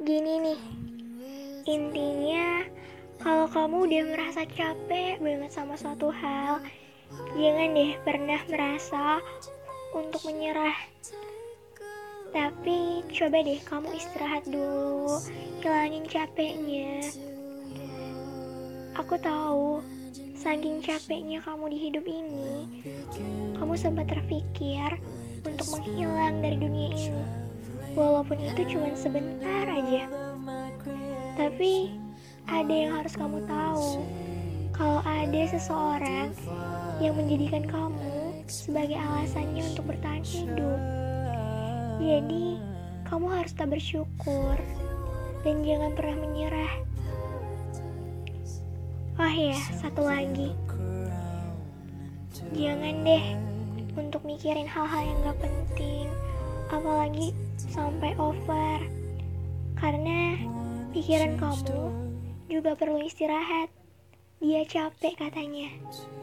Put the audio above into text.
Gini nih, intinya kalau kamu udah merasa capek banget sama suatu hal, jangan deh pernah merasa untuk menyerah. Tapi coba deh kamu istirahat dulu, hilangin capeknya. Aku tahu, saking capeknya kamu di hidup ini, kamu sempat terpikir untuk menghilang dari dunia ini. Walaupun itu cuma sebentar aja. Tapi ada yang harus kamu tahu. Kalau ada seseorang yang menjadikan kamu sebagai alasannya untuk bertahan hidup. Jadi, kamu harus tak bersyukur dan jangan pernah menyerah. Oh ya, satu lagi. Jangan deh untuk mikirin hal-hal yang gak penting, apalagi sampai over. Karena pikiran kamu juga perlu istirahat. Dia capek katanya.